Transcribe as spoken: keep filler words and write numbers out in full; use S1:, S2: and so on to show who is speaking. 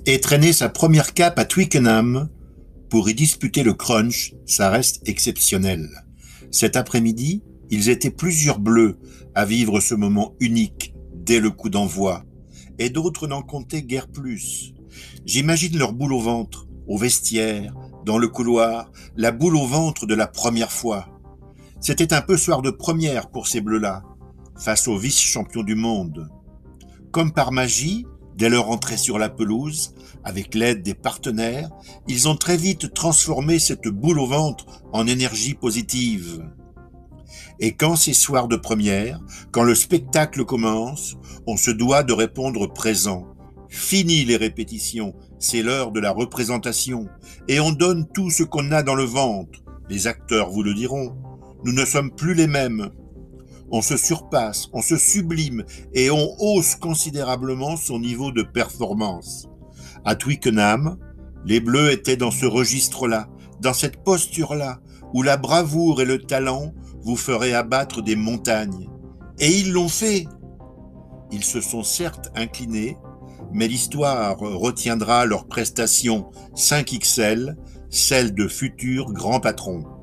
S1: Et traîner sa première cape à Twickenham pour y disputer le crunch, ça reste exceptionnel. Cet après-midi, ils étaient plusieurs bleus à vivre ce moment unique dès le coup d'envoi, et d'autres n'en comptaient guère plus. J'imagine leur boule au ventre, au vestiaire, dans le couloir, la boule au ventre de la première fois. C'était un peu soir de première pour ces bleus-là, face aux vice-champions du monde. Comme par magie, dès leur entrée sur la pelouse, avec l'aide des partenaires, ils ont très vite transformé cette boule au ventre en énergie positive. Et quand c'est soir de première, quand le spectacle commence, on se doit de répondre présent. Fini les répétitions, c'est l'heure de la représentation. Et on donne tout ce qu'on a dans le ventre. Les acteurs vous le diront. Nous ne sommes plus les mêmes. On se surpasse, on se sublime et on hausse considérablement son niveau de performance. À Twickenham, les Bleus étaient dans ce registre-là, dans cette posture-là, où la bravoure et le talent vous feraient abattre des montagnes. Et ils l'ont fait. Ils se sont certes inclinés, mais l'histoire retiendra leur prestation cinq X L, celle de futurs grands patrons.